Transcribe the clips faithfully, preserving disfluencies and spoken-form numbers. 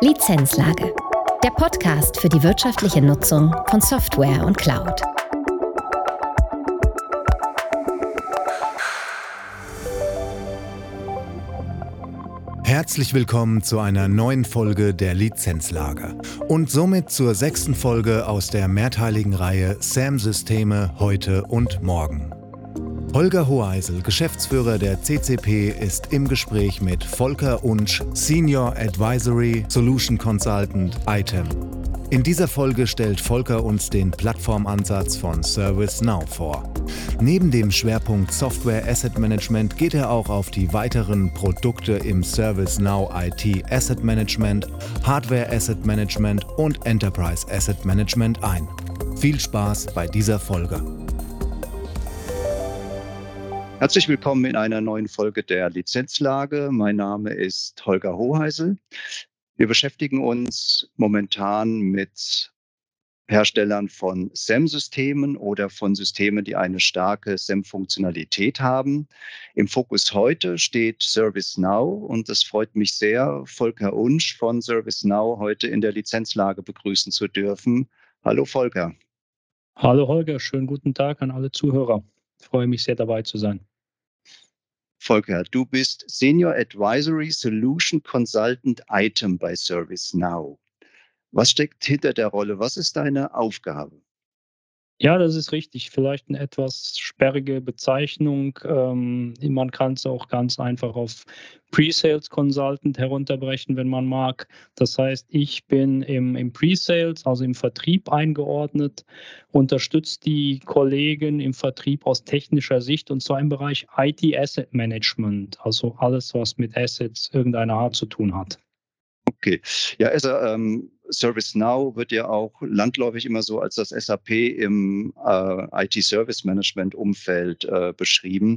Lizenzlage. Der Podcast für die wirtschaftliche Nutzung von Software und Cloud. Herzlich willkommen zu einer neuen Folge der Lizenzlage und somit zur sechsten Folge aus der mehrteiligen Reihe S A M-Systeme heute und morgen. Holger Hoheisel, Geschäftsführer der C C P, ist im Gespräch mit Volker Unsch, Senior Advisory Solution Consultant Item. In dieser Folge stellt Volker uns den Plattformansatz von ServiceNow vor. Neben dem Schwerpunkt Software Asset Management geht er auch auf die weiteren Produkte im ServiceNow I T Asset Management, Hardware Asset Management und Enterprise Asset Management ein. Viel Spaß bei dieser Folge. Herzlich willkommen in einer neuen Folge der Lizenzlage. Mein Name ist Holger Hoheisel. Wir beschäftigen uns momentan mit Herstellern von S A M-Systemen oder von Systemen, die eine starke S A M-Funktionalität haben. Im Fokus heute steht ServiceNow und es freut mich sehr, Volker Unsch von ServiceNow heute in der Lizenzlage begrüßen zu dürfen. Hallo Volker. Hallo Holger, schönen guten Tag an alle Zuhörer. Ich freue mich sehr, dabei zu sein. Volker, du bist Senior Advisory Solution Consultant Item bei ServiceNow. Was steckt hinter der Rolle? Was ist deine Aufgabe? Ja, das ist richtig. Vielleicht eine etwas sperrige Bezeichnung. Ähm, man kann es auch ganz einfach auf Pre-Sales Consultant herunterbrechen, wenn man mag. Das heißt, ich bin im, im Pre-Sales, also im Vertrieb eingeordnet, unterstütze die Kollegen im Vertrieb aus technischer Sicht und zwar im Bereich I T Asset Management, also alles, was mit Assets irgendeiner Art zu tun hat. Okay, ja, also ähm, ServiceNow wird ja auch landläufig immer so als das S A P im äh, I T-Service-Management-Umfeld äh, beschrieben.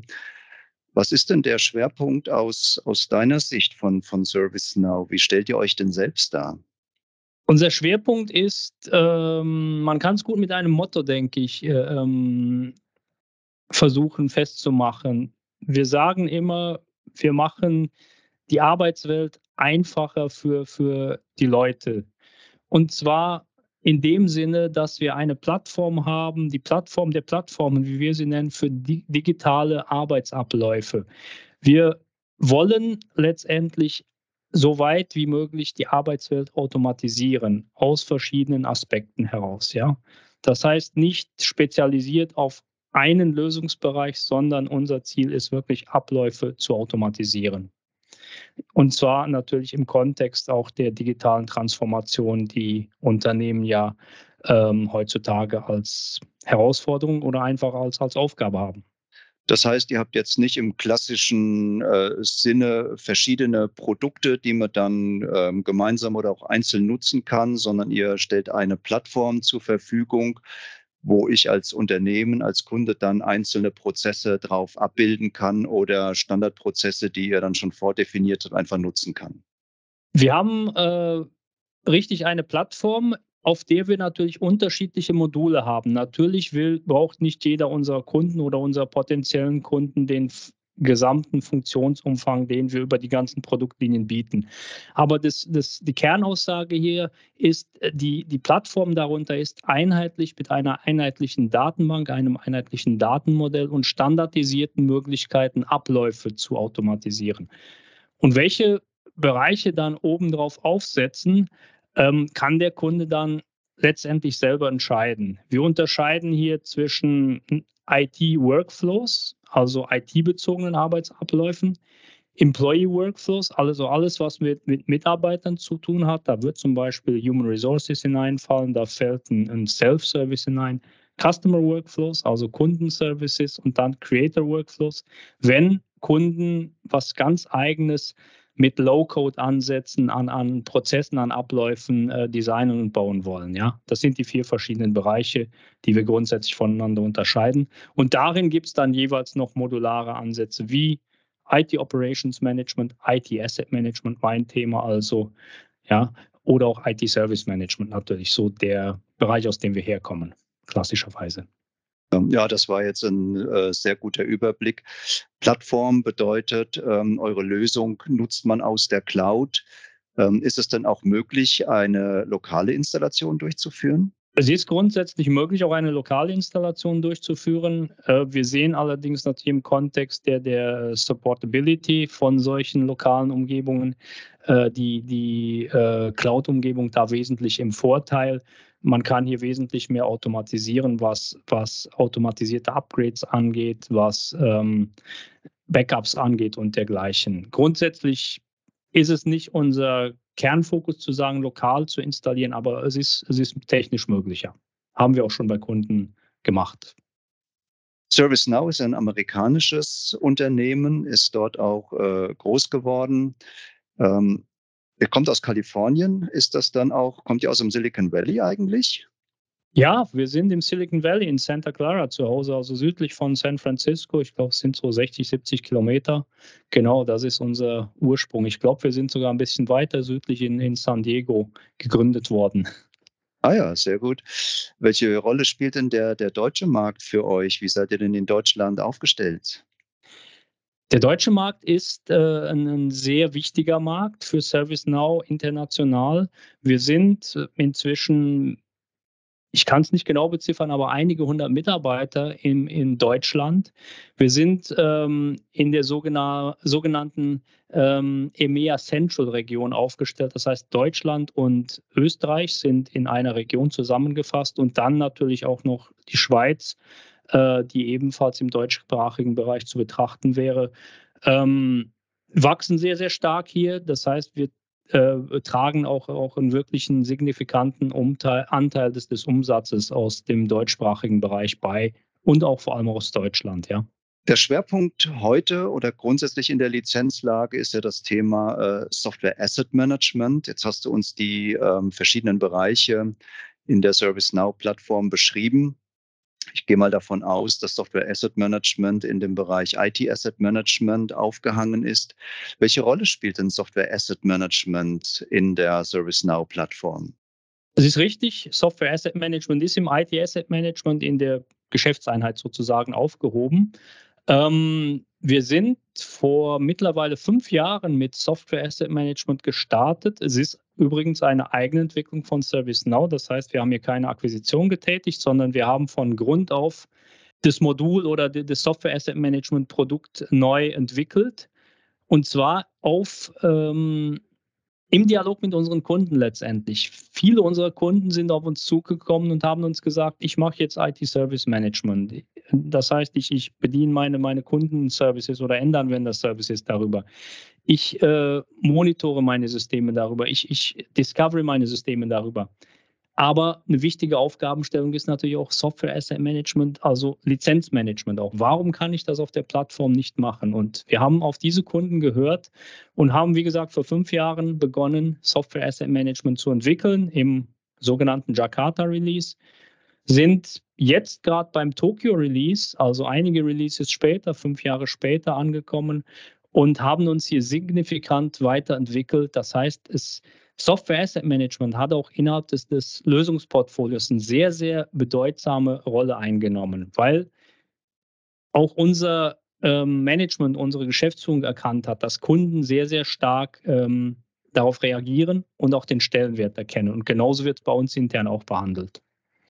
Was ist denn der Schwerpunkt aus, aus deiner Sicht von, von ServiceNow? Wie stellt ihr euch denn selbst dar? Unser Schwerpunkt ist, ähm, man kann es gut mit einem Motto, denke ich, äh, ähm, versuchen festzumachen. Wir sagen immer, wir machen die Arbeitswelt einfacher für, für die Leute. Und zwar in dem Sinne, dass wir eine Plattform haben, die Plattform der Plattformen, wie wir sie nennen, für di- digitale Arbeitsabläufe. Wir wollen letztendlich so weit wie möglich die Arbeitswelt automatisieren, aus verschiedenen Aspekten heraus. Ja? Das heißt, nicht spezialisiert auf einen Lösungsbereich, sondern unser Ziel ist wirklich, Abläufe zu automatisieren. Und zwar natürlich im Kontext auch der digitalen Transformation, die Unternehmen ja ähm, heutzutage als Herausforderung oder einfach als, als Aufgabe haben. Das heißt, ihr habt jetzt nicht im klassischen äh, Sinne verschiedene Produkte, die man dann ähm, gemeinsam oder auch einzeln nutzen kann, sondern ihr stellt eine Plattform zur Verfügung, wo ich als Unternehmen, als Kunde dann einzelne Prozesse drauf abbilden kann oder Standardprozesse, die ihr dann schon vordefiniert habt, einfach nutzen kann. Wir haben äh, richtig eine Plattform, auf der wir natürlich unterschiedliche Module haben. Natürlich will, braucht nicht jeder unserer Kunden oder unserer potenziellen Kunden den f- gesamten Funktionsumfang, den wir über die ganzen Produktlinien bieten. Aber das, das, die Kernaussage hier ist, äh, die, die Plattform darunter ist einheitlich mit einer einheitlichen Datenbank, einem einheitlichen Datenmodell und standardisierten Möglichkeiten, Abläufe zu automatisieren. Und welche Bereiche dann obendrauf aufsetzen, ähm, kann der Kunde dann letztendlich selber entscheiden. Wir unterscheiden hier zwischen I T-Workflows, also I T-bezogenen Arbeitsabläufen, Employee-Workflows, also alles, was mit, mit Mitarbeitern zu tun hat. Da wird zum Beispiel Human Resources hineinfallen, da fällt ein, ein Self-Service hinein. Customer Workflows, also Kundenservices und dann Creator Workflows, wenn Kunden was ganz Eigenes mit Low-Code-Ansätzen an, an Prozessen, an Abläufen äh, designen und bauen wollen. Ja? Das sind die vier verschiedenen Bereiche, die wir grundsätzlich voneinander unterscheiden. Und darin gibt es dann jeweils noch modulare Ansätze wie I T Operations Management, I T Asset Management, mein Thema also, ja, oder auch I T Service Management natürlich, so der Bereich, aus dem wir herkommen, klassischerweise. Ja, das war jetzt ein äh, sehr guter Überblick. Plattform bedeutet, ähm, eure Lösung nutzt man aus der Cloud. Ähm, ist es denn auch möglich, eine lokale Installation durchzuführen? Es ist grundsätzlich möglich, auch eine lokale Installation durchzuführen. Äh, wir sehen allerdings natürlich im Kontext der der Supportability von solchen lokalen Umgebungen, äh, die die, äh, Cloud-Umgebung da wesentlich im Vorteil. Man kann hier wesentlich mehr automatisieren, was was automatisierte Upgrades angeht, was, ähm, Backups angeht und dergleichen. Grundsätzlich ist es nicht unser Kernfokus zu sagen, lokal zu installieren, aber es ist es ist technisch möglich, ja. Haben wir auch schon bei Kunden gemacht. ServiceNow ist ein amerikanisches Unternehmen, ist dort auch, äh, groß geworden. Ähm, ihr kommt aus Kalifornien. Ist das dann auch kommt ihr aus dem Silicon Valley eigentlich? Ja, wir sind im Silicon Valley in Santa Clara zu Hause, also südlich von San Francisco. Ich glaube, es sind so sechzig, siebzig Kilometer. Genau, das ist unser Ursprung. Ich glaube, wir sind sogar ein bisschen weiter südlich in in San Diego gegründet worden. Ah ja, sehr gut. Welche Rolle spielt denn der der deutsche Markt für euch? Wie seid ihr denn in Deutschland aufgestellt? Der deutsche Markt ist, äh, 'n 'n sehr wichtiger Markt für ServiceNow international. Wir sind äh, inzwischen, ich kann es nicht genau beziffern, aber einige hundert Mitarbeiter in in Deutschland. Wir sind, ähm, in der sogena sogenannten, ähm, EMEA Central Region aufgestellt. Das heißt, Deutschland und Österreich sind in einer Region zusammengefasst und dann natürlich auch noch die Schweiz, äh, die ebenfalls im deutschsprachigen Bereich zu betrachten wäre. Ähm, wachsen sehr, sehr stark hier. Das heißt, wir äh, tragen auch auch 'n wirklichen signifikanten Umteil Anteil des des Umsatzes aus dem deutschsprachigen Bereich bei und auch vor allem aus Deutschland, ja. Der Schwerpunkt heute oder grundsätzlich in der Lizenzlage ist ja das Thema, äh, Software Asset Management. Jetzt hast du uns die, ähm, verschiedenen Bereiche in der ServiceNow-Plattform beschrieben. Ich gehe mal davon aus, dass Software Asset Management in dem Bereich I T Asset Management aufgehangen ist. Welche Rolle spielt denn Software Asset Management in der ServiceNow-Plattform? Es ist richtig, Software Asset Management ist im I T Asset Management in der Geschäftseinheit sozusagen aufgehoben. Ähm, wir sind vor mittlerweile fünf Jahren mit Software Asset Management gestartet. Es ist übrigens eine Eigenentwicklung von ServiceNow. Das heißt, wir haben hier keine Akquisition getätigt, sondern wir haben von Grund auf das Modul oder d das Software Asset Management Produkt neu entwickelt. Und zwar auf, ähm im Dialog mit unseren Kunden letztendlich. Viele unserer Kunden sind auf uns zugekommen und haben uns gesagt: „Ich mache jetzt I T-Service Management.“ Das heißt, ich ich bediene meine meine Kundenservices oder Endanwender-Services darüber. Ich, äh, monitore meine Systeme darüber. Ich ich discovere meine Systeme darüber. Aber eine wichtige Aufgabenstellung ist natürlich auch Software Asset Management, also Lizenzmanagement auch. Warum kann ich das auf der Plattform nicht machen? Und wir haben auf diese Kunden gehört und haben, wie gesagt, vor fünf Jahren begonnen, Software Asset Management zu entwickeln im sogenannten Jakarta Release, sind jetzt gerade beim Tokyo Release, also einige Releases später, fünf Jahre später angekommen und haben uns hier signifikant weiterentwickelt. Das heißt, es Software Asset Management hat auch innerhalb des des Lösungsportfolios eine sehr, sehr bedeutsame Rolle eingenommen, weil auch unser, ähm, Management, unsere Geschäftsführung erkannt hat, dass Kunden sehr, sehr stark, ähm, darauf reagieren und auch den Stellenwert erkennen. Und genauso wird es bei uns intern auch behandelt.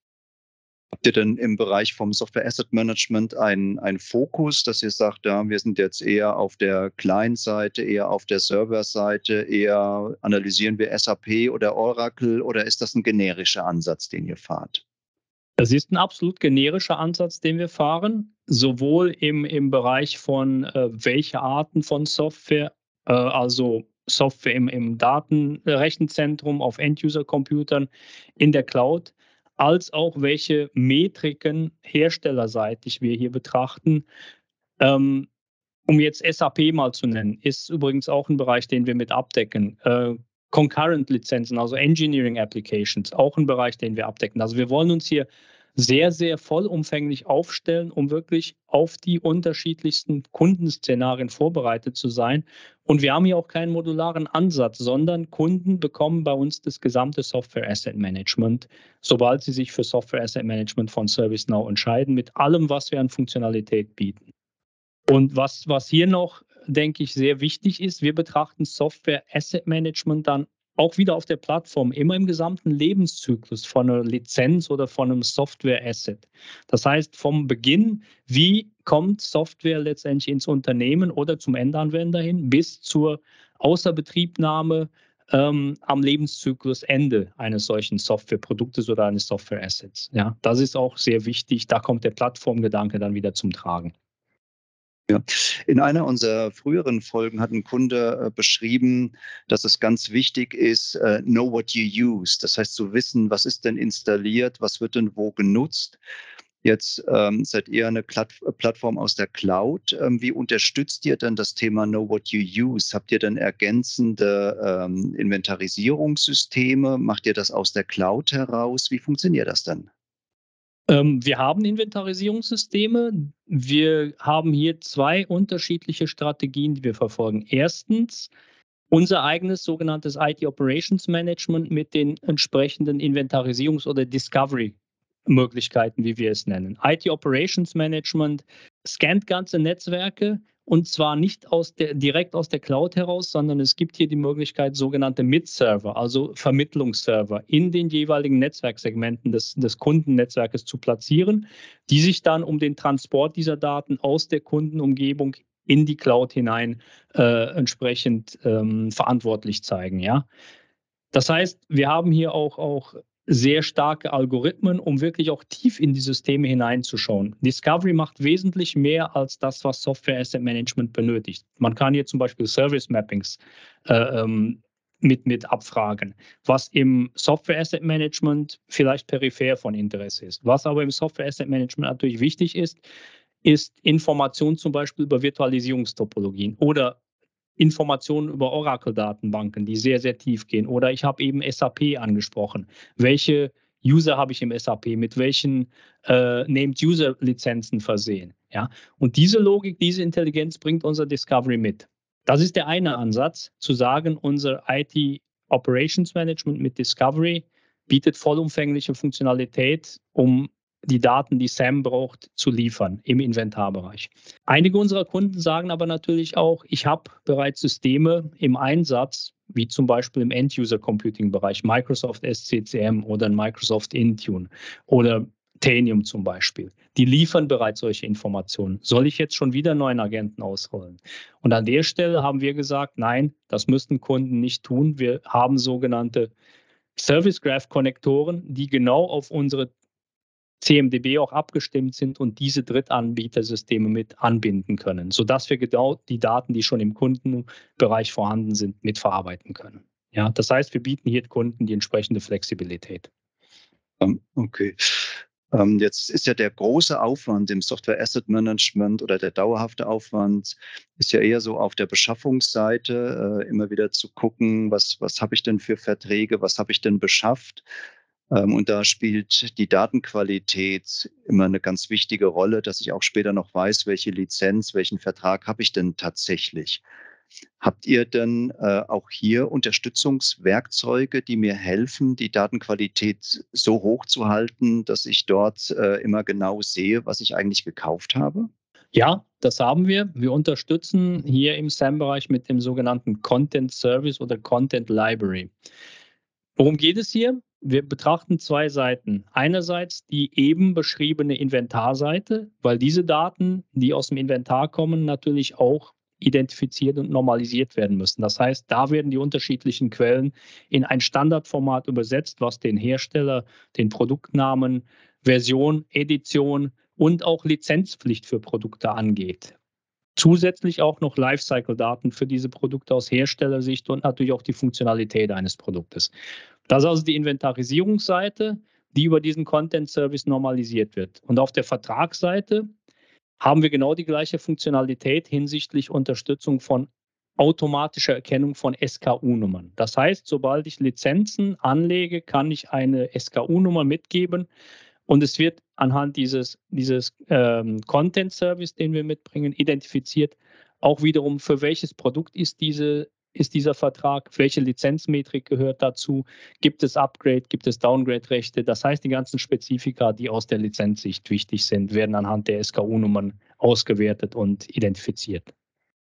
Habt ihr denn im Bereich vom Software Asset Management einen einen Fokus, dass ihr sagt: „Ja, wir sind jetzt eher auf der Client-Seite, eher auf der Server-Seite, eher analysieren wir S A P oder Oracle“, oder ist das ein generischer Ansatz, den ihr fahrt? Das ist ein absolut generischer Ansatz, den wir fahren, sowohl im im Bereich von, äh, welche Arten von Software, äh, also Software im im Datenrechenzentrum, auf End-User-Computern, in der Cloud, als auch welche Metriken herstellerseitig wir hier betrachten. Ähm, um jetzt S A P mal zu nennen, ist übrigens auch ein Bereich, den wir mit abdecken. Äh, Concurrent-Lizenzen, also Engineering Applications, auch ein Bereich, den wir abdecken. Also, wir wollen uns hier sehr, sehr vollumfänglich aufstellen, um wirklich auf die unterschiedlichsten Kundenszenarien vorbereitet zu sein. Und wir haben hier auch keinen modularen Ansatz, sondern Kunden bekommen bei uns das gesamte Software Asset Management, sobald sie sich für Software Asset Management von ServiceNow entscheiden, mit allem, was wir an Funktionalität bieten. Und was was hier noch, denke ich, sehr wichtig ist, wir betrachten Software Asset Management dann auch wieder auf der Plattform, immer im gesamten Lebenszyklus von einer Lizenz oder von einem Software-Asset. Das heißt, vom Beginn, wie kommt Software letztendlich ins Unternehmen oder zum Endanwender hin, bis zur Außerbetriebnahme ähm, am Lebenszyklusende eines solchen Softwareproduktes oder eines Software-Assets. Ja, das ist auch sehr wichtig. Da kommt der Plattformgedanke dann wieder zum Tragen. Ja. In einer unserer früheren Folgen hat ein Kunde äh, beschrieben, dass es ganz wichtig ist, äh, know what you use. Das heißt, zu wissen, was ist denn installiert, was wird denn wo genutzt. Jetzt ähm, seid ihr eine Platt Plattform aus der Cloud. Ähm, wie unterstützt ihr denn das Thema Know what you use? Habt ihr denn ergänzende ähm, Inventarisierungssysteme? Macht ihr das aus der Cloud heraus? Wie funktioniert das denn? Ähm, wir haben Inventarisierungssysteme. Wir haben hier zwei unterschiedliche Strategien, die wir verfolgen. Erstens unser eigenes sogenanntes I T Operations Management mit den entsprechenden Inventarisierungs- oder Discovery-Möglichkeiten, wie wir es nennen. I T Operations Management scannt ganze Netzwerke und zwar nicht aus der, direkt aus der Cloud heraus, sondern es gibt hier die Möglichkeit, sogenannte Mid-Server, also Vermittlungsserver, in den jeweiligen Netzwerksegmenten des, des Kundennetzwerkes zu platzieren, die sich dann um den Transport dieser Daten aus der Kundenumgebung in die Cloud hinein äh, entsprechend ähm, verantwortlich zeigen. Ja? Das heißt, wir haben hier auch, auch sehr starke Algorithmen, um wirklich auch tief in die Systeme hineinzuschauen. Discovery macht wesentlich mehr als das, was Software Asset Management benötigt. Man kann hier zum Beispiel Service Mappings äh, ähm, mit, mit abfragen, was im Software Asset Management vielleicht peripher von Interesse ist. Was aber im Software Asset Management natürlich wichtig ist, ist Information zum Beispiel über Virtualisierungstopologien oder Informationen über Oracle-Datenbanken, die sehr, sehr tief gehen. Oder ich habe eben S A P angesprochen. Welche User habe ich im S A P? Mit welchen äh, Named-User-Lizenzen versehen? Ja? Und diese Logik, diese Intelligenz bringt unser Discovery mit. Das ist der eine Ansatz, zu sagen, unser I T Operations Management mit Discovery bietet vollumfängliche Funktionalität, um die Daten, die Sam braucht, zu liefern im Inventarbereich. Einige unserer Kunden sagen aber natürlich auch, ich habe bereits Systeme im Einsatz, wie zum Beispiel im End-User-Computing-Bereich, Microsoft S C C M oder Microsoft Intune oder Tanium zum Beispiel. Die liefern bereits solche Informationen. Soll ich jetzt schon wieder einen neuen Agenten ausrollen? Und an der Stelle haben wir gesagt, nein, das müssten Kunden nicht tun. Wir haben sogenannte Service Graph-Konnektoren, die genau auf unsere C M D B auch abgestimmt sind und diese Drittanbietersysteme mit anbinden können, sodass wir genau die Daten, die schon im Kundenbereich vorhanden sind, mitverarbeiten können. Ja, das heißt, wir bieten hier Kunden die entsprechende Flexibilität. Ähm, okay. Ähm, jetzt ist ja der große Aufwand im Software Asset Management oder der dauerhafte Aufwand ist ja eher so auf der Beschaffungsseite, äh, immer wieder zu gucken, was, was habe ich denn für Verträge, was habe ich denn beschafft? Ähm, und da spielt die Datenqualität immer eine ganz wichtige Rolle, dass ich auch später noch weiß, welche Lizenz, welchen Vertrag habe ich denn tatsächlich. Habt ihr denn äh, auch hier Unterstützungswerkzeuge, die mir helfen, die Datenqualität so hoch zu halten, dass ich dort äh, immer genau sehe, was ich eigentlich gekauft habe? Ja, das haben wir. Wir unterstützen hier im SAM-Bereich mit dem sogenannten Content Service oder Content Library. Worum geht es hier? Wir betrachten zwei Seiten. Einerseits die eben beschriebene Inventarseite, weil diese Daten, die aus dem Inventar kommen, natürlich auch identifiziert und normalisiert werden müssen. Das heißt, da werden die unterschiedlichen Quellen in ein Standardformat übersetzt, was den Hersteller, den Produktnamen, Version, Edition und auch Lizenzpflicht für Produkte angeht. Zusätzlich auch noch Lifecycle-Daten für diese Produkte aus Herstellersicht und natürlich auch die Funktionalität eines Produktes. Das ist also die Inventarisierungsseite, die über diesen Content-Service normalisiert wird. Und auf der Vertragsseite haben wir genau die gleiche Funktionalität hinsichtlich Unterstützung von automatischer Erkennung von S K U-Nummern. Das heißt, sobald ich Lizenzen anlege, kann ich eine S K U-Nummer mitgeben und es wird anhand dieses, dieses ähm, Content-Service, den wir mitbringen, identifiziert, auch wiederum, für welches Produkt ist, diese, ist dieser Vertrag, welche Lizenzmetrik gehört dazu, gibt es Upgrade, gibt es Downgrade-Rechte. Das heißt, die ganzen Spezifika, die aus der Lizenzsicht wichtig sind, werden anhand der S K U-Nummern ausgewertet und identifiziert.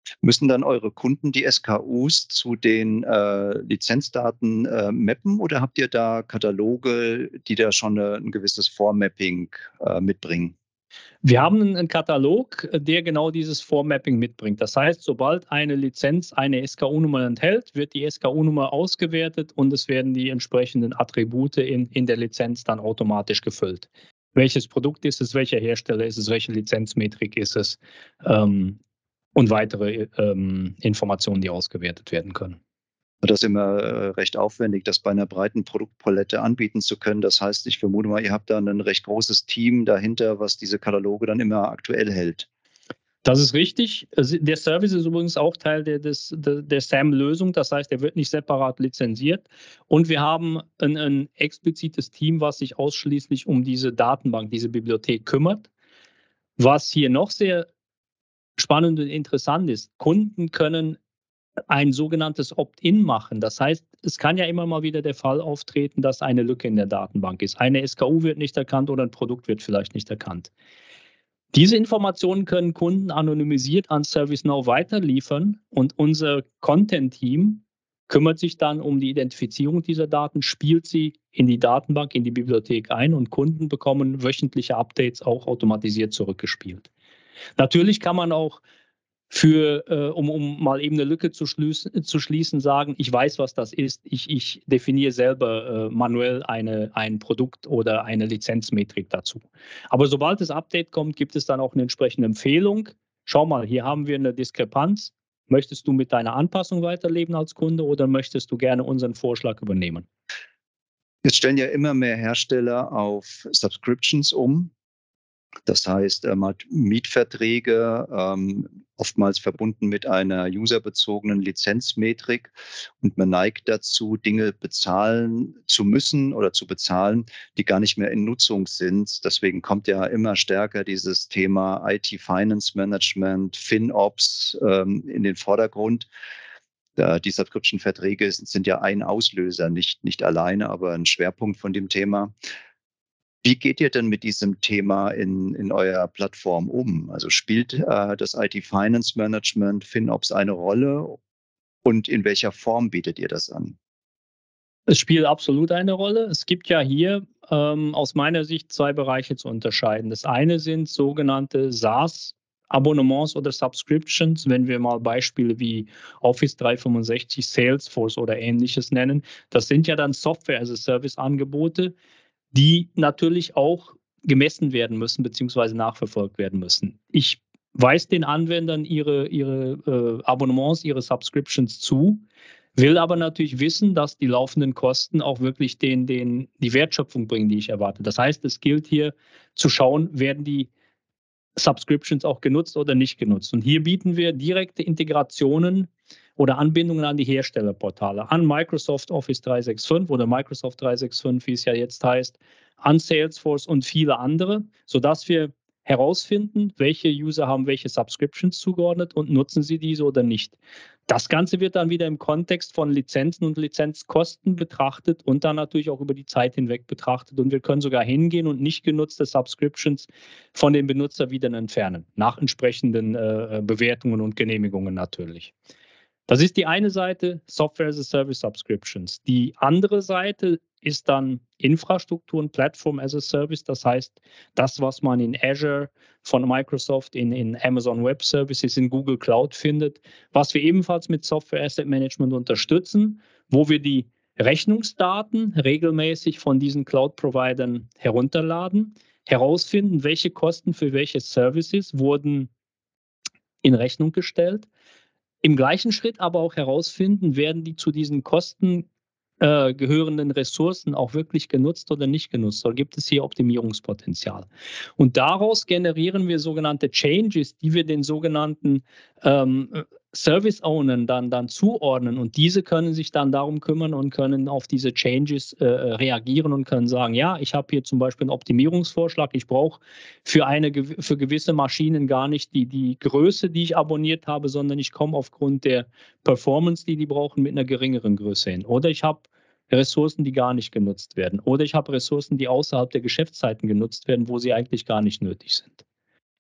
Müssen dann eure Kunden die S K Us zu den äh, Lizenzdaten äh, mappen oder habt ihr da Kataloge, die da schon eine, ein gewisses Formapping äh, mitbringen? Wir haben einen Katalog, der genau dieses Formapping mitbringt. Das heißt, sobald eine Lizenz eine S K U-Nummer enthält, wird die S K U-Nummer ausgewertet und es werden die entsprechenden Attribute in, in der Lizenz dann automatisch gefüllt. Welches Produkt ist es, welcher Hersteller ist es, welche Lizenzmetrik ist es ähm, und weitere ähm, Informationen, die ausgewertet werden können. Das ist immer äh, recht aufwendig, das bei einer breiten Produktpalette anbieten zu können. Das heißt, ich vermute mal, ihr habt da ein recht großes Team dahinter, was diese Kataloge dann immer aktuell hält. Das ist richtig. Der Service ist übrigens auch Teil der, des, der S A M-Lösung. Das heißt, er wird nicht separat lizenziert. Und wir haben ein, ein explizites Team, was sich ausschließlich um diese Datenbank, diese Bibliothek kümmert. Was hier noch sehr spannend und interessant ist, Kunden können ein sogenanntes Opt-in machen. Das heißt, es kann ja immer mal wieder der Fall auftreten, dass eine Lücke in der Datenbank ist. Eine S K U wird nicht erkannt oder ein Produkt wird vielleicht nicht erkannt. Diese Informationen können Kunden anonymisiert an ServiceNow weiterliefern und unser Content-Team kümmert sich dann um die Identifizierung dieser Daten, spielt sie in die Datenbank, in die Bibliothek ein und Kunden bekommen wöchentliche Updates auch automatisiert zurückgespielt. Natürlich kann man auch für, äh, um, um mal eben eine Lücke zu, schließen, zu schließen, sagen, ich weiß, was das ist. Ich, ich definiere selber äh, manuell eine, ein Produkt oder eine Lizenzmetrik dazu. Aber sobald das Update kommt, gibt es dann auch eine entsprechende Empfehlung. Schau mal, hier haben wir eine Diskrepanz. Möchtest du mit deiner Anpassung weiterleben als Kunde oder möchtest du gerne unseren Vorschlag übernehmen? Jetzt stellen ja immer mehr Hersteller auf Subscriptions um. Das heißt, man hat Mietverträge, ähm, oftmals verbunden mit einer userbezogenen Lizenzmetrik und man neigt dazu, Dinge bezahlen zu müssen oder zu bezahlen, die gar nicht mehr in Nutzung sind. Deswegen kommt ja immer stärker dieses Thema I T Finance Management, FinOps ähm, in den Vordergrund. Da die Subscription-Verträge sind, sind ja ein Auslöser, nicht, nicht alleine, aber ein Schwerpunkt von dem Thema. Wie geht ihr denn mit diesem Thema in, in eurer Plattform um? Also spielt äh, das I T Finance Management, FinOps eine Rolle und in welcher Form bietet ihr das an? Es spielt absolut eine Rolle. Es gibt ja hier ähm, aus meiner Sicht zwei Bereiche zu unterscheiden. Das eine sind sogenannte SaaS Abonnements oder Subscriptions, wenn wir mal Beispiele wie Office dreihundertfünfundsechzig, Salesforce oder ähnliches nennen. Das sind ja dann Software-as-a-Service-Angebote, die natürlich auch gemessen werden müssen beziehungsweise nachverfolgt werden müssen. Ich weise den Anwendern ihre, ihre äh, Abonnements, ihre Subscriptions zu, will aber natürlich wissen, dass die laufenden Kosten auch wirklich den, den, die Wertschöpfung bringen, die ich erwarte. Das heißt, es gilt hier zu schauen, werden die Subscriptions auch genutzt oder nicht genutzt. Und hier bieten wir direkte Integrationen oder Anbindungen an die Herstellerportale, an Microsoft Office dreihundertfünfundsechzig oder Microsoft dreihundertfünfundsechzig, wie es ja jetzt heißt, an Salesforce und viele andere, sodass wir herausfinden, welche User haben welche Subscriptions zugeordnet und nutzen sie diese oder nicht. Das Ganze wird dann wieder im Kontext von Lizenzen und Lizenzkosten betrachtet und dann natürlich auch über die Zeit hinweg betrachtet. Und wir können sogar hingehen und nicht genutzte Subscriptions von den Benutzer wieder entfernen, nach entsprechenden äh, Bewertungen und Genehmigungen natürlich. Das ist die eine Seite, Software as a Service Subscriptions. Die andere Seite ist dann Infrastruktur und Platform as a Service. Das heißt, das, was man in Azure von Microsoft, in, in Amazon Web Services, in Google Cloud findet, was wir ebenfalls mit Software Asset Management unterstützen, wo wir die Rechnungsdaten regelmäßig von diesen Cloud-Providern herunterladen, herausfinden, welche Kosten für welche Services wurden in Rechnung gestellt. Im gleichen Schritt aber auch herausfinden, werden die zu diesen Kosten äh, gehörenden Ressourcen auch wirklich genutzt oder nicht genutzt? Oder gibt es hier Optimierungspotenzial? Und daraus generieren wir sogenannte Changes, die wir den sogenannten ähm, Service-Ownern dann, dann zuordnen. Und diese können sich dann darum kümmern und können auf diese Changes äh, reagieren und können sagen, ja, ich habe hier zum Beispiel einen Optimierungsvorschlag. Ich brauche für, eine, für gewisse Maschinen gar nicht die, die Größe, die ich abonniert habe, sondern ich komme aufgrund der Performance, die die brauchen, mit einer geringeren Größe hin. Oder ich habe Ressourcen, die gar nicht genutzt werden. Oder ich habe Ressourcen, die außerhalb der Geschäftszeiten genutzt werden, wo sie eigentlich gar nicht nötig sind.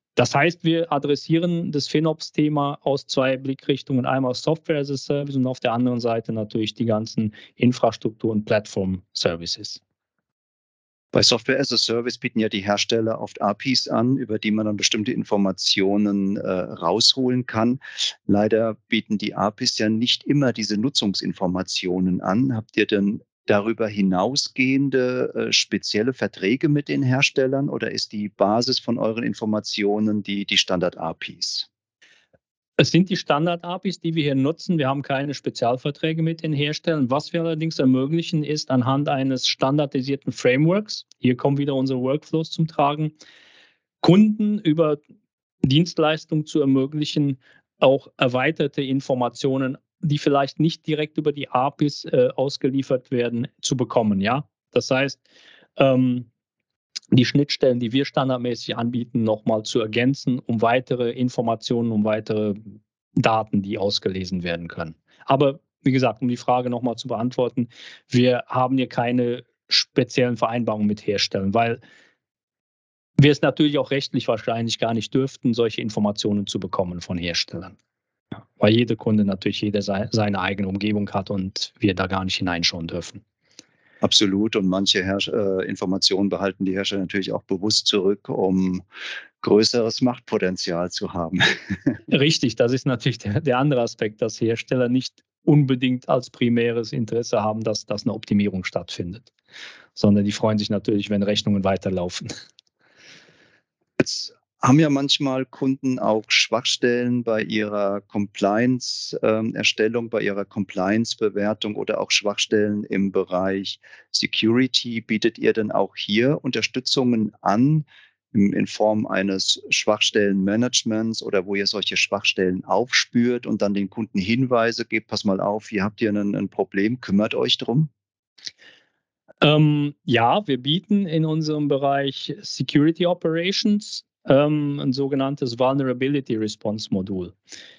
Das heißt, wir adressieren das FinOps-Thema aus zwei Blickrichtungen. Einmal Software as a Service und auf der anderen Seite natürlich die ganzen Infrastruktur- und Plattform-Services. Bei Software as a Service bieten ja die Hersteller oft A P Is an, über die man dann bestimmte Informationen äh, rausholen kann. Leider bieten die A P Is ja nicht immer diese Nutzungsinformationen an. Habt ihr denn darüber hinausgehende äh, spezielle Verträge mit den Herstellern oder ist die Basis von euren Informationen die, die Standard-A P Is? Es sind die Standard-A P Is, die wir hier nutzen. Wir haben keine Spezialverträge mit den Herstellern. Was wir allerdings ermöglichen, ist anhand eines standardisierten Frameworks, hier kommen wieder unsere Workflows zum Tragen, Kunden über Dienstleistungen zu ermöglichen, auch erweiterte Informationen, die vielleicht nicht direkt über die A P Is äh, ausgeliefert werden, zu bekommen. Ja? Das heißt, ähm, die Schnittstellen, die wir standardmäßig anbieten, nochmal zu ergänzen, um weitere Informationen, um weitere Daten, die ausgelesen werden können. Aber wie gesagt, um die Frage nochmal zu beantworten, wir haben hier keine speziellen Vereinbarungen mit Herstellern, weil wir es natürlich auch rechtlich wahrscheinlich gar nicht dürften, solche Informationen zu bekommen von Herstellern. Ja, weil jeder Kunde natürlich jeder seine eigene Umgebung hat und wir da gar nicht hineinschauen dürfen. Absolut. Und manche Herr äh, Informationen behalten die Hersteller natürlich auch bewusst zurück, um größeres Machtpotenzial zu haben. Richtig, das ist natürlich der, der andere Aspekt, dass Hersteller nicht unbedingt als primäres Interesse haben, dass, dass eine Optimierung stattfindet, sondern die freuen sich natürlich, wenn Rechnungen weiterlaufen. Jetzt haben ja manchmal Kunden auch Schwachstellen bei ihrer Compliance-Erstellung, ähm, bei ihrer Compliance-Bewertung oder auch Schwachstellen im Bereich Security. Bietet ihr denn auch hier Unterstützungen an in, in Form eines Schwachstellenmanagements oder wo ihr solche Schwachstellen aufspürt und dann den Kunden Hinweise gebt, pass mal auf, hier habt ihr ein, ein Problem, kümmert euch drum? Ähm, ja, wir bieten in unserem Bereich Security Operations ähm, ein sogenanntes Vulnerability Response Modul.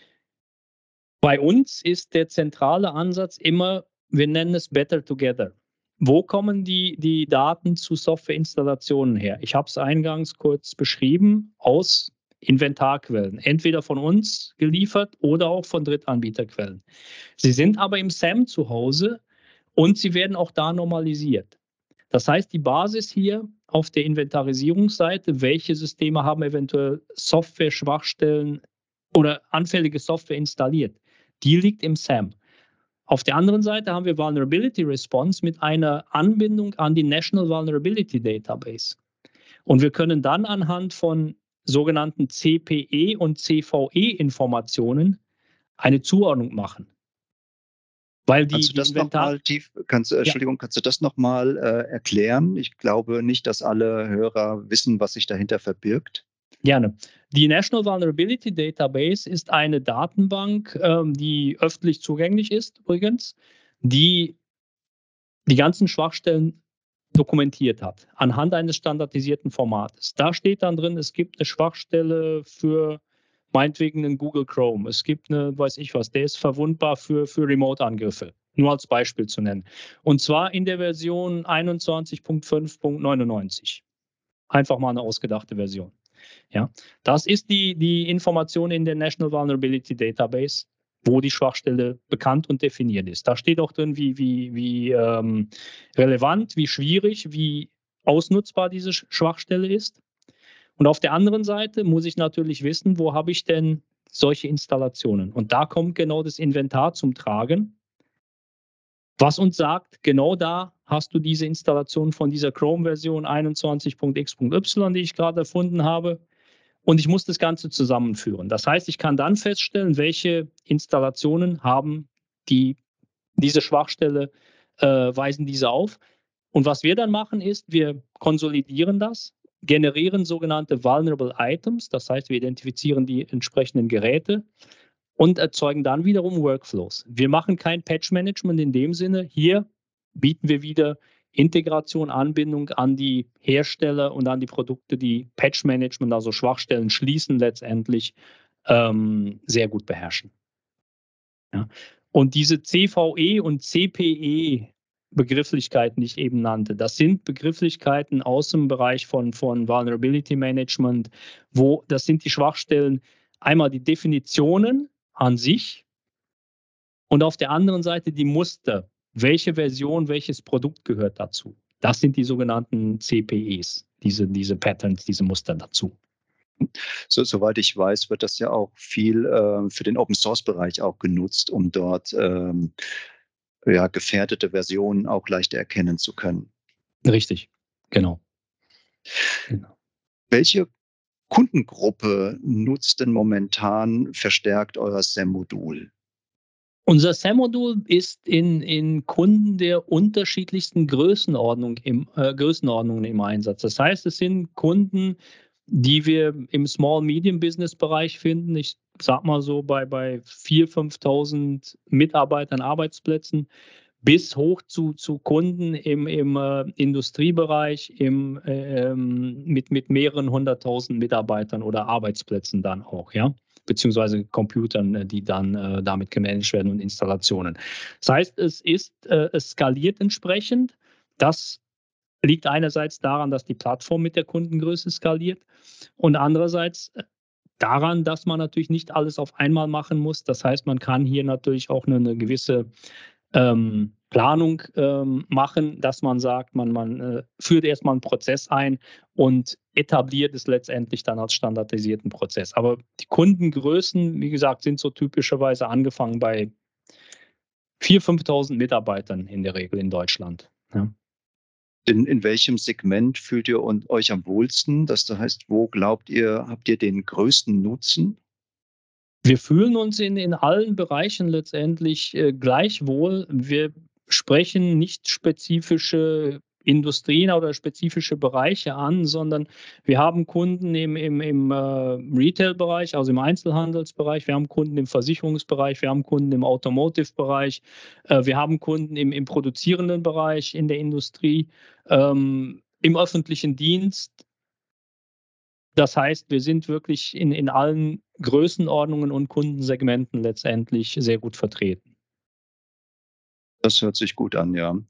Bei uns ist der zentrale Ansatz immer, wir nennen es Better Together. Wo kommen die, die Daten zu Softwareinstallationen her? Ich habe es eingangs kurz beschrieben, aus Inventarquellen, entweder von uns geliefert oder auch von Drittanbieterquellen. Sie sind aber im S A M zu Hause und sie werden auch da normalisiert. Das heißt, die Basis hier auf der Inventarisierungsseite, welche Systeme haben eventuell Software-Schwachstellen oder anfällige Software installiert, die liegt im S A M. Auf der anderen Seite haben wir Vulnerability Response mit einer Anbindung an die National Vulnerability Database. Und wir können dann anhand von sogenannten C P E und C V E-Informationen eine Zuordnung machen. Weil die, Kannst du die das Inventar nochmal tief, kannst, äh, Ja. Entschuldigung, kannst du das nochmal äh, erklären? Ich glaube nicht, dass alle Hörer wissen, was sich dahinter verbirgt. Gerne. Die National Vulnerability Database ist eine Datenbank, ähm, die öffentlich zugänglich ist übrigens, die die ganzen Schwachstellen dokumentiert hat, anhand eines standardisierten Formates. Da steht dann drin, es gibt eine Schwachstelle für meinetwegen einen Google Chrome. Es gibt eine, weiß ich was, der ist verwundbar für, für Remote-Angriffe. Nur als Beispiel zu nennen. Und zwar in der Version einundzwanzig Punkt fünf Punkt neunundneunzig. Einfach mal eine ausgedachte Version. Ja, das ist die, die Information in der National Vulnerability Database, wo die Schwachstelle bekannt und definiert ist. Da steht auch drin, wie, wie, wie ähm, relevant, wie schwierig, wie ausnutzbar diese Schwachstelle ist. Und auf der anderen Seite muss ich natürlich wissen, wo habe ich denn solche Installationen? Und da kommt genau das Inventar zum Tragen, was uns sagt, genau da hast du diese Installation von dieser Chrome-Version einundzwanzig Punkt x Punkt y, die ich gerade erfunden habe. Und ich muss das Ganze zusammenführen. Das heißt, ich kann dann feststellen, welche Installationen haben die, diese Schwachstelle, äh, weisen diese auf. Und was wir dann machen, ist, wir konsolidieren das, generieren sogenannte Vulnerable Items. Das heißt, wir identifizieren die entsprechenden Geräte und erzeugen dann wiederum Workflows. Wir machen kein Patch-Management in dem Sinne. Hier bieten wir wieder Integration, Anbindung an die Hersteller und an die Produkte, die Patch-Management, also Schwachstellen schließen, letztendlich ähm, sehr gut beherrschen. Ja. Und diese C V E und C P Begrifflichkeiten, die ich eben nannte. Das sind Begrifflichkeiten aus dem Bereich von, von Vulnerability Management, wo das sind die Schwachstellen, einmal die Definitionen an sich und auf der anderen Seite die Muster. Welche Version, welches Produkt gehört dazu? Das sind die sogenannten C P Es, diese, diese Patterns, diese Muster dazu. So, soweit ich weiß, wird das ja auch viel äh, für den Open-Source-Bereich auch genutzt, um dort ähm, ja, gefährdete Versionen auch leicht erkennen zu können. Richtig, genau. genau. Welche Kundengruppe nutzt denn momentan verstärkt euer S A M-Modul? Unser S A M-Modul ist in, in Kunden der unterschiedlichsten Größenordnung im, äh, Größenordnungen im Einsatz. Das heißt, es sind Kunden, die wir im Small-Medium-Business-Bereich finden. Ich sag mal so bei, bei viertausend, fünftausend Mitarbeitern, Arbeitsplätzen, bis hoch zu, zu Kunden im, im äh, Industriebereich im, äh, mit, mit mehreren hunderttausend Mitarbeitern oder Arbeitsplätzen dann auch, ja, beziehungsweise Computern, die dann äh, damit gemanagt werden und Installationen. Das heißt, es ist, äh, es skaliert entsprechend. Das liegt einerseits daran, dass die Plattform mit der Kundengröße skaliert und andererseits daran, dass man natürlich nicht alles auf einmal machen muss. Das heißt, man kann hier natürlich auch eine, eine gewisse ähm, Planung ähm, machen, dass man sagt, man, man äh, führt erstmal einen Prozess ein und etabliert es letztendlich dann als standardisierten Prozess. Aber die Kundengrößen, wie gesagt, sind so typischerweise angefangen bei viertausend, fünftausend Mitarbeitern in der Regel in Deutschland. Ja. In, in welchem Segment fühlt ihr und euch am wohlsten? Das heißt, wo glaubt ihr, habt ihr den größten Nutzen? Wir fühlen uns in, in allen Bereichen letztendlich äh, gleichwohl. Wir sprechen nicht spezifische Industrien oder spezifische Bereiche an, sondern wir haben Kunden im, im, im äh, Retail-Bereich, also im Einzelhandelsbereich, wir haben Kunden im Versicherungsbereich, wir haben Kunden im Automotive-Bereich, äh, wir haben Kunden im, im produzierenden Bereich, in der Industrie, ähm, im öffentlichen Dienst. Das heißt, wir sind wirklich in, in allen Größenordnungen und Kundensegmenten letztendlich sehr gut vertreten. Das hört sich gut an, ja.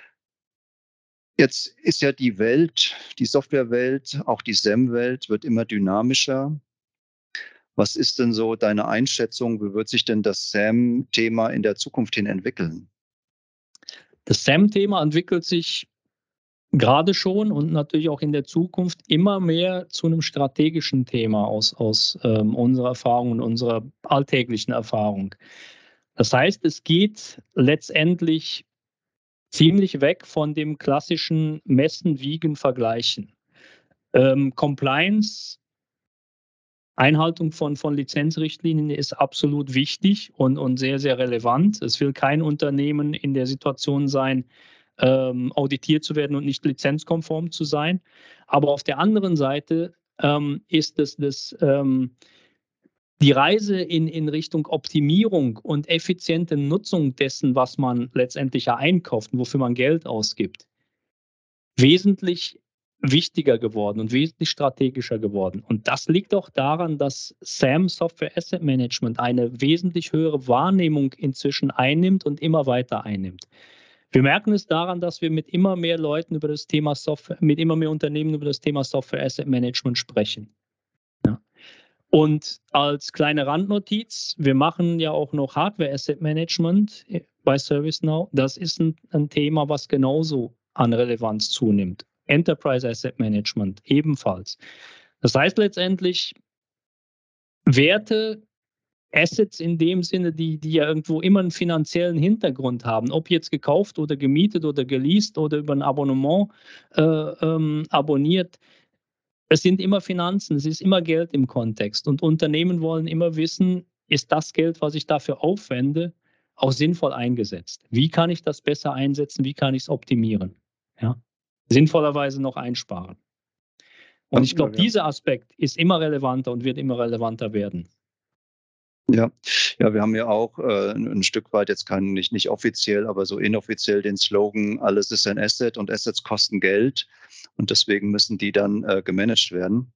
Jetzt ist ja die Welt, die Softwarewelt, auch die S A M-Welt wird immer dynamischer. Was ist denn so deine Einschätzung? Wie wird sich denn das S A M-Thema in der Zukunft hin entwickeln? Das S A M-Thema entwickelt sich gerade schon und natürlich auch in der Zukunft immer mehr zu einem strategischen Thema aus, aus ähm, unserer Erfahrung und unserer alltäglichen Erfahrung. Das heißt, es geht letztendlich ziemlich weg von dem klassischen Messen, Wiegen, Vergleichen. Ähm, Compliance, Einhaltung von, von Lizenzrichtlinien ist absolut wichtig und, und sehr, sehr relevant. Es will kein Unternehmen in der Situation sein, ähm, auditiert zu werden und nicht lizenzkonform zu sein. Aber auf der anderen Seite ähm, ist es das, ähm, die Reise in, in Richtung Optimierung und effiziente Nutzung dessen, was man letztendlich ja einkauft und wofür man Geld ausgibt, wesentlich wichtiger geworden und wesentlich strategischer geworden. Und das liegt auch daran, dass S A M, Software Asset Management, eine wesentlich höhere Wahrnehmung inzwischen einnimmt und immer weiter einnimmt. Wir merken es daran, dass wir mit immer mehr Leuten über das Thema Software, mit immer mehr Unternehmen über das Thema Software Asset Management sprechen. Ja. Und als kleine Randnotiz, wir machen ja auch noch Hardware Asset Management bei ServiceNow. Das ist ein, ein Thema, was genauso an Relevanz zunimmt. Enterprise Asset Management ebenfalls. Das heißt letztendlich, Werte, Assets in dem Sinne, die, die ja irgendwo immer einen finanziellen Hintergrund haben, ob jetzt gekauft oder gemietet oder geleast oder über ein Abonnement äh, ähm, abonniert. Es sind immer Finanzen, es ist immer Geld im Kontext und Unternehmen wollen immer wissen, ist das Geld, was ich dafür aufwende, auch sinnvoll eingesetzt? Wie kann ich das besser einsetzen? Wie kann ich es optimieren? Ja? Sinnvollerweise noch einsparen. Und ich glaube, dieser Aspekt ist immer relevanter und wird immer relevanter werden. Ja, ja, wir haben ja auch äh, ein Stück weit, jetzt kann nicht, nicht offiziell, aber so inoffiziell den Slogan, alles ist ein Asset und Assets kosten Geld und deswegen müssen die dann äh, gemanagt werden.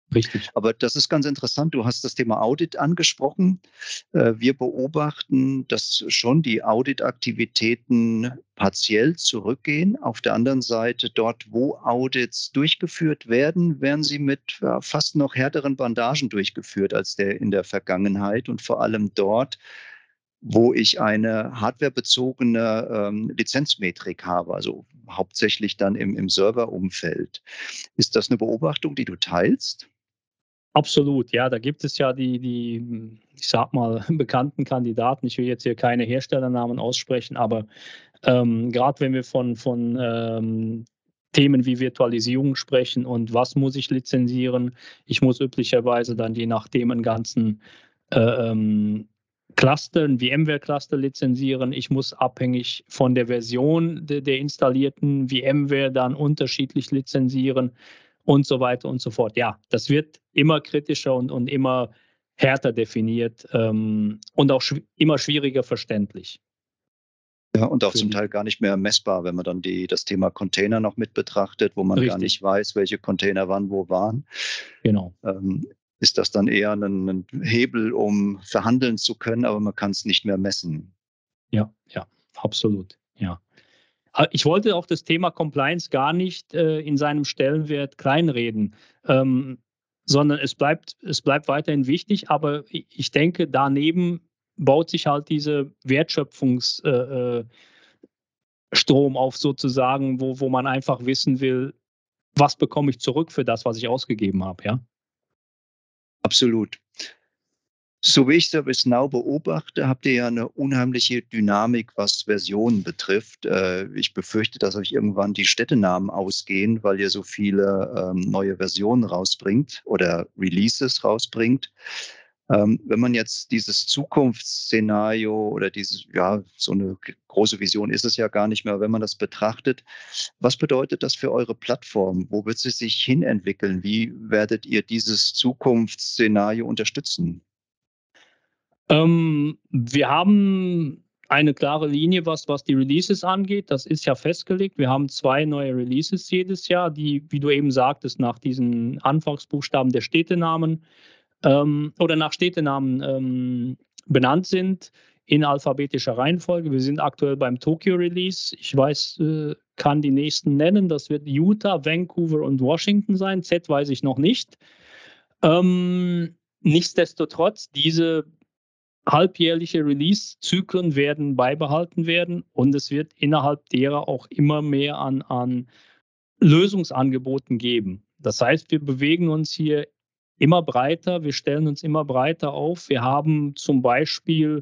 Richtig. Aber das ist ganz interessant. Du hast das Thema Audit angesprochen. Äh, wir beobachten, dass schon die Auditaktivitäten partiell zurückgehen. Auf der anderen Seite, dort, wo Audits durchgeführt werden, werden sie mit ja, fast noch härteren Bandagen durchgeführt als der in der Vergangenheit. Und vor allem dort, wo ich eine hardwarebezogene ähm, Lizenzmetrik habe, also hauptsächlich dann im, im Serverumfeld. Ist das eine Beobachtung, die du teilst? Absolut, ja, da gibt es ja die die, hm, ich sage mal, bekannten Kandidaten. Ich will jetzt hier keine Herstellernamen aussprechen, aber, ähm, grad wenn wir von von, ähm, Themen wie Virtualisierung sprechen und was muss ich lizenzieren? Ich muss üblicherweise dann je nachdem 'n ganzen, äh, ähm, Cluster 'n VMware-Cluster lizenzieren. Ich muss abhängig von der Version de der installierten VMware dann unterschiedlich lizenzieren und so weiter und so fort. Ja, das wird immer kritischer und und immer härter definiert, ähm, und auch schw immer schwieriger verständlich Ja, und auch für zum die Teil gar nicht mehr messbar, wenn man dann die das Thema Container noch mit betrachtet, wo man gar richtig, nicht weiß, welche Container wann wo waren. genau. Ähm, ist das dann eher 'nen 'nen Hebel, um verhandeln zu können, aber man kann's nicht mehr messen. Ja, ja, absolut, ja. Ah, ich wollte auch das Thema Compliance gar nicht, äh, in seinem Stellenwert kleinreden, ähm, sondern es bleibt es bleibt weiterhin wichtig, aber i ich denke, daneben baut sich halt diese Wertschöpfungs äh, äh, Strom auf sozusagen, wo wo man einfach wissen will: „Was bekomme ich zurück für das, was ich ausgegeben habe“, ja? Absolut. So wie ich ServiceNow beobachte, habt ihr ja 'ne unheimliche Dynamik, was Versionen betrifft. Äh, ich befürchte, dass euch irgendwann die Städtenamen ausgehen, weil ihr so viele, ähm, neue Versionen rausbringt oder Releases rausbringt. Ähm, wenn man jetzt dieses Zukunftsszenario oder dieses ja, so 'ne g große Vision ist es ja gar nicht mehr, wenn man das betrachtet, was bedeutet das für eure Plattform? Wo wird sie sich hinentwickeln? Wie werdet ihr dieses Zukunftsszenario unterstützen? Ähm, wir haben eine klare Linie, was was die Releases angeht. Das ist ja festgelegt. Wir haben zwei neue Releases jedes Jahr, die, wie du eben sagtest, nach diesen Anfangsbuchstaben der Städtenamen, ähm oder nach Städtenamen, ähm, benannt sind in alphabetischer Reihenfolge. Wir sind aktuell beim Tokyo-Release. Ich weiß äh, kann die nächsten nennen. Das wird Utah, Vancouver und Washington sein. Z weiß ich noch nicht. Ähm, nichtsdestotrotz, diese halbjährliche Release-Zyklen werden beibehalten werden und es wird innerhalb derer auch immer mehr an an Lösungsangeboten geben. Das heißt, wir bewegen uns hier immer breiter, wir stellen uns immer breiter auf. Wir haben zum Beispiel,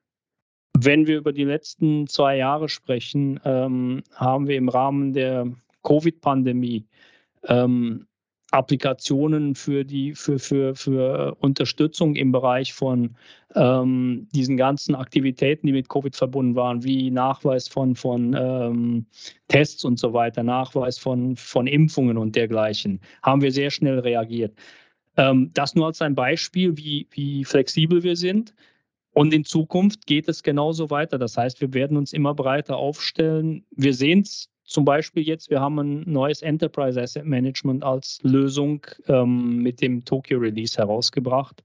wenn wir über die letzten zwei Jahre sprechen, ähm, haben wir im Rahmen der Covid-Pandemie, ähm, Applikationen für die für für für Unterstützung im Bereich von, ähm, diesen ganzen Aktivitäten, die mit Covid verbunden waren, wie Nachweis von von, ähm, Tests und so weiter, Nachweis von von Impfungen und dergleichen, haben wir sehr schnell reagiert. Ähm, das nur als ein Beispiel, wie wie flexibel wir sind. Und in Zukunft geht es genauso weiter. Das heißt, wir werden uns immer breiter aufstellen. Wir sehen es zum Beispiel jetzt, wir haben ein neues Enterprise Asset Management als Lösung, ähm, mit dem Tokyo Release herausgebracht,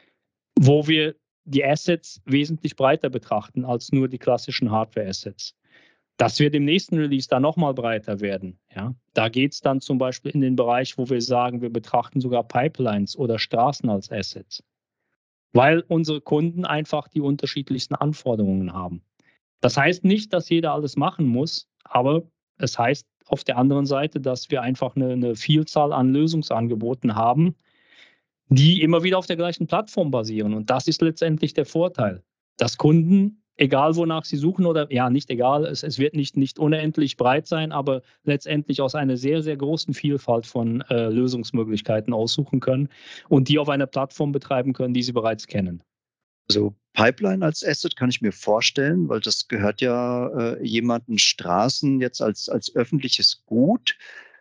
wo wir die Assets wesentlich breiter betrachten als nur die klassischen Hardware Assets. Das wird im nächsten Release dann noch mal breiter werden, ja? Da geht's dann zum Beispiel in den Bereich, wo wir sagen, wir betrachten sogar Pipelines oder Straßen als Assets, weil unsere Kunden einfach die unterschiedlichsten Anforderungen haben. Das heißt nicht, dass jeder alles machen muss, aber es heißt auf der anderen Seite, dass wir einfach 'ne 'ne Vielzahl an Lösungsangeboten haben, die immer wieder auf der gleichen Plattform basieren. Und das ist letztendlich der Vorteil, dass Kunden, egal wonach sie suchen oder ja, nicht egal, es es wird nicht nicht unendlich breit sein, aber letztendlich aus einer sehr, sehr großen Vielfalt von, äh, Lösungsmöglichkeiten aussuchen können und die auf einer Plattform betreiben können, die sie bereits kennen. Also, Pipeline als Asset kann ich mir vorstellen, weil das gehört ja, äh, jemanden Straßen jetzt als als öffentliches Gut.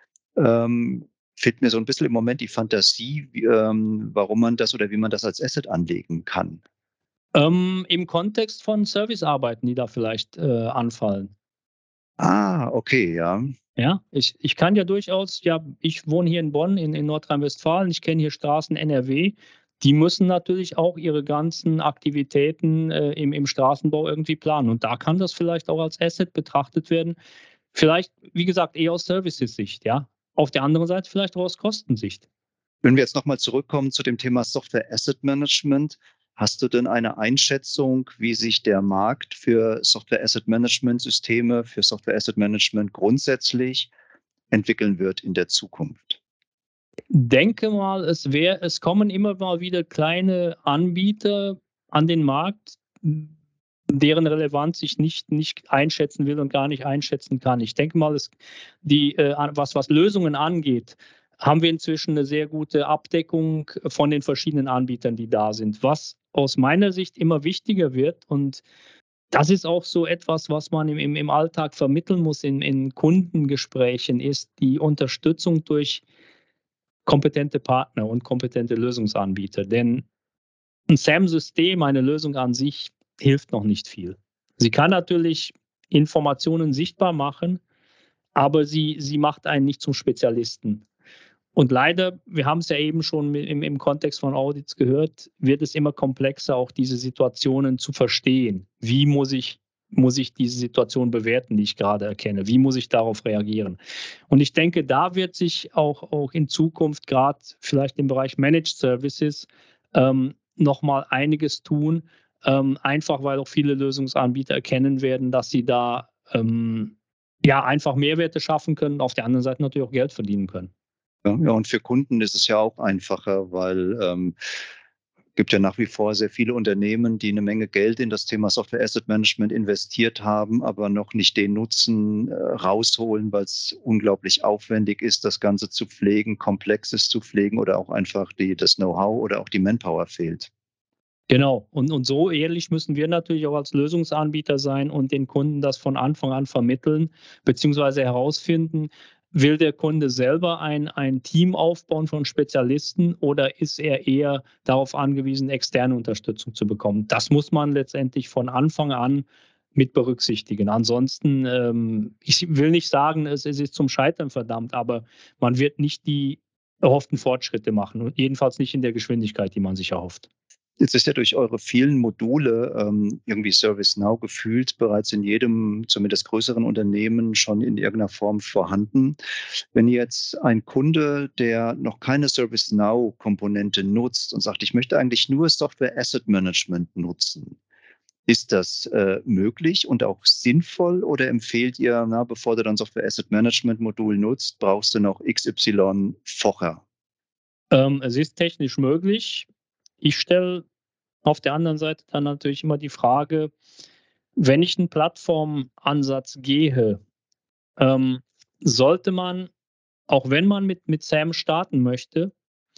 Ähm, fehlt mir so 'n bisschen im Moment die Fantasie, wie ähm, warum man das oder wie man das als Asset anlegen kann. Ähm, im Kontext von Servicearbeiten, die da vielleicht, äh, anfallen. Ah, okay, ja. Ja, ich ich kann ja durchaus ja, ich wohne hier in Bonn in in Nordrhein-Westfalen, ich kenne hier Straßen N R W. Die müssen natürlich auch ihre ganzen Aktivitäten, äh, im im Straßenbau irgendwie planen. Und da kann das vielleicht auch als Asset betrachtet werden. Vielleicht, wie gesagt, eher aus Services-Sicht, ja. Auf der anderen Seite vielleicht auch aus Kostensicht. Wenn wir jetzt nochmal zurückkommen zu dem Thema Software Asset Management, hast du denn eine Einschätzung, wie sich der Markt für Software Asset Management Systeme, für Software Asset Management grundsätzlich entwickeln wird in der Zukunft? Denke mal, es wäre es kommen immer mal wieder kleine Anbieter an den Markt, m deren Relevanz ich nicht nicht einschätzen will und gar nicht einschätzen kann. Ich denke mal, es die, äh, an was was Lösungen angeht, haben wir inzwischen 'ne sehr gute Abdeckung von den verschiedenen Anbietern, die da sind. Was aus meiner Sicht immer wichtiger wird und das ist auch so etwas, was man im im im Alltag vermitteln muss in in Kundengesprächen, ist die Unterstützung durch kompetente Partner und kompetente Lösungsanbieter. Denn 'n SAM-System, eine Lösung an sich, hilft noch nicht viel. Sie kann natürlich Informationen sichtbar machen, aber sie sie macht einen nicht zum Spezialisten. Und leider, wir haben's ja eben schon mi im im Kontext von Audits gehört, wird es immer komplexer, auch diese Situationen zu verstehen. Wie muss ich muss ich diese Situation bewerten, die ich grade erkenne? Wie muss ich darauf reagieren? Und ich denke, da wird sich auch auch in Zukunft grad vielleicht im Bereich Managed Services, ähm, noch mal einiges tun, ähm, einfach weil auch viele Lösungsanbieter erkennen werden, dass sie da, ähm, ja, einfach Mehrwerte schaffen können, auf der anderen Seite natürlich auch Geld verdienen können. Ja, ja, und für Kunden ist es ja auch einfacher, weil, ähm gibt ja nach wie vor sehr viele Unternehmen, die 'ne Menge Geld in das Thema Software Asset Management investiert haben, aber noch nicht den Nutzen, äh, rausholen, weil's unglaublich aufwendig ist, das Ganze zu pflegen, komplex ist zu pflegen oder auch einfach die das Know-how oder auch die Manpower fehlt. Genau. Und und so ehrlich müssen wir natürlich auch als Lösungsanbieter sein und den Kunden das von Anfang an vermitteln, beziehungsweise herausfinden: Will der Kunde selber ein ein Team aufbauen von Spezialisten oder ist er eher darauf angewiesen, externe Unterstützung zu bekommen? Das muss man letztendlich von Anfang an mit berücksichtigen. Ansonsten, ähm ich will nicht sagen, es es ist zum Scheitern verdammt, aber man wird nicht die erhofften Fortschritte machen und jedenfalls nicht in der Geschwindigkeit, die man sich erhofft. Jetzt ist ja durch eure vielen Module, ähm, irgendwie ServiceNow gefühlt bereits in jedem, zumindest größeren Unternehmen schon in irgend 'ner Form vorhanden. Wenn jetzt ein Kunde, der noch keine ServiceNow-Komponente nutzt und sagt: „Ich möchte eigentlich nur Software Asset Management nutzen.“ Ist das, äh, möglich und auch sinnvoll oder empfehlt ihr: „Na, bevor du dann Software Asset Management Modul nutzt, brauchst du noch X Y vorher?“ Ähm, es ist technisch möglich. Ich stelle auf der anderen Seite dann natürlich immer die Frage: Wenn ich 'n Plattformansatz gehe, ähm, sollte man, auch wenn man mit mit SAM starten möchte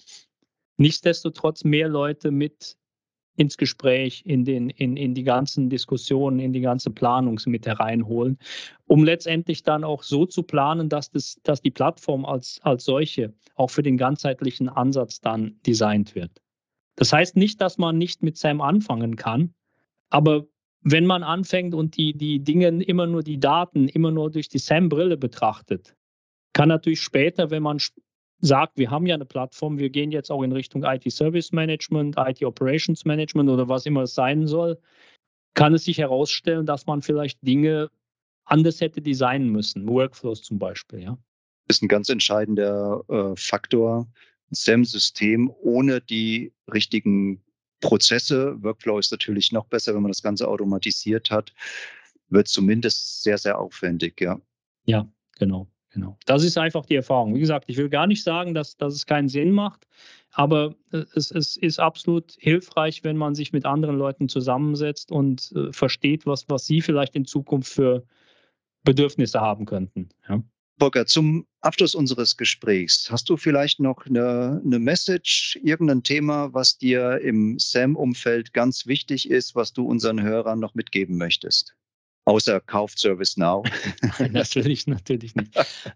nichtsdestotrotz mehr Leute mit ins Gespräch, in den in in die ganzen Diskussionen, in die ganze Planung s mit hereinholen, um letztendlich dann auch so zu planen, dass das dass die Plattform als als solche auch für den ganzheitlichen Ansatz dann designt wird. Das heißt nicht, dass man nicht mit SAM anfangen kann, aber wenn man anfängt und die die Dinge immer nur die Daten immer nur durch die SAM-Brille betrachtet, kann natürlich später, wenn man sp sagt: „Wir haben ja 'ne Plattform, wir gehen jetzt auch in Richtung IT-Service-Management, IT-Operations-Management“ oder was immer es sein soll, kann es sich herausstellen, dass man vielleicht Dinge anders hätte designen müssen, Workflows zum Beispiel, ja. Ist 'n ganz entscheidender, äh, Faktor. SAM-System ohne die richtigen Prozesse Workflow ist natürlich noch besser, wenn man das Ganze automatisiert hat, wird zumindest sehr, sehr aufwendig, ja. Ja, genau, genau. Das ist einfach die Erfahrung. Wie gesagt, ich will gar nicht sagen, dass dass es keinen Sinn macht, aber, äh, es es ist absolut hilfreich, wenn man sich mit anderen Leuten zusammensetzt und, äh, versteht, was was sie vielleicht in Zukunft für Bedürfnisse haben könnten, ja. Volker, zum Abschluss unseres Gesprächs, hast du vielleicht noch 'ne 'ne Message, irgend 'nen Thema, was dir im SAM-Umfeld ganz wichtig ist, was du unseren Hörern noch mitgeben möchtest? Außer kauft ServiceNow. Nein, das will ich natürlich nicht.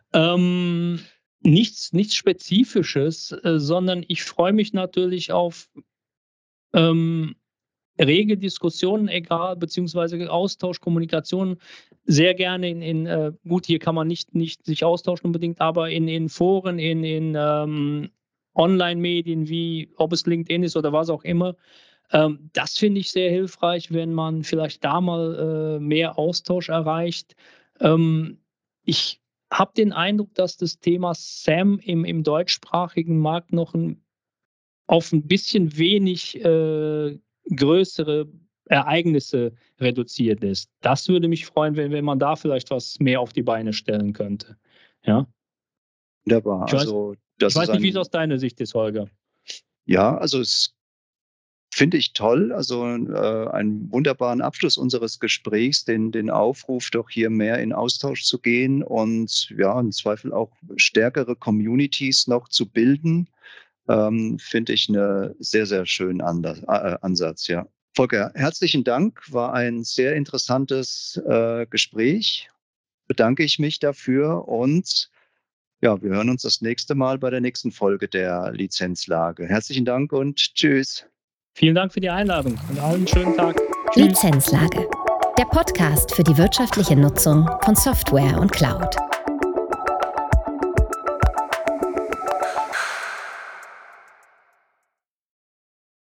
Ähm, nichts nichts Spezifisches, äh, sondern ich freue mich natürlich auf ähm rege Diskussionen, egal, beziehungsweise Austausch, Kommunikation sehr gerne in, in äh, gut, hier kann man nicht, nicht sich austauschen unbedingt, aber in, in Foren, in, in ähm, Online-Medien, wie ob es LinkedIn ist oder was auch immer. Ähm, das finde ich sehr hilfreich, wenn man vielleicht da mal äh, mehr Austausch erreicht. Ähm, ich habe den Eindruck, dass das Thema SAM im, im deutschsprachigen Markt noch ein, auf ein bisschen wenig äh, größere Ereignisse reduziert ist. Das würde mich freuen, wenn, wenn man da vielleicht was mehr auf die Beine stellen könnte. Ja, Wunderbar. ich weiß, Also ich das ist weiß nicht, wie es ein, aus deiner Sicht ist, Holger. ja, also es finde ich toll. Also äh, einen wunderbaren Abschluss unseres Gesprächs, den, den Aufruf, doch hier mehr in Austausch zu gehen und ja, im Zweifel auch stärkere Communities noch zu bilden, ähm, finde ich einen sehr, sehr schönen Anlass, äh, Ansatz, ja. Volker, herzlichen Dank. War ein sehr interessantes äh, Gespräch. Bedanke ich mich dafür und ja, wir hören uns das nächste Mal bei der nächsten Folge der Lizenzlage. Herzlichen Dank und tschüss. Vielen Dank für die Einladung und allen einen schönen Tag. Lizenzlage, der Podcast für die wirtschaftliche Nutzung von Software und Cloud.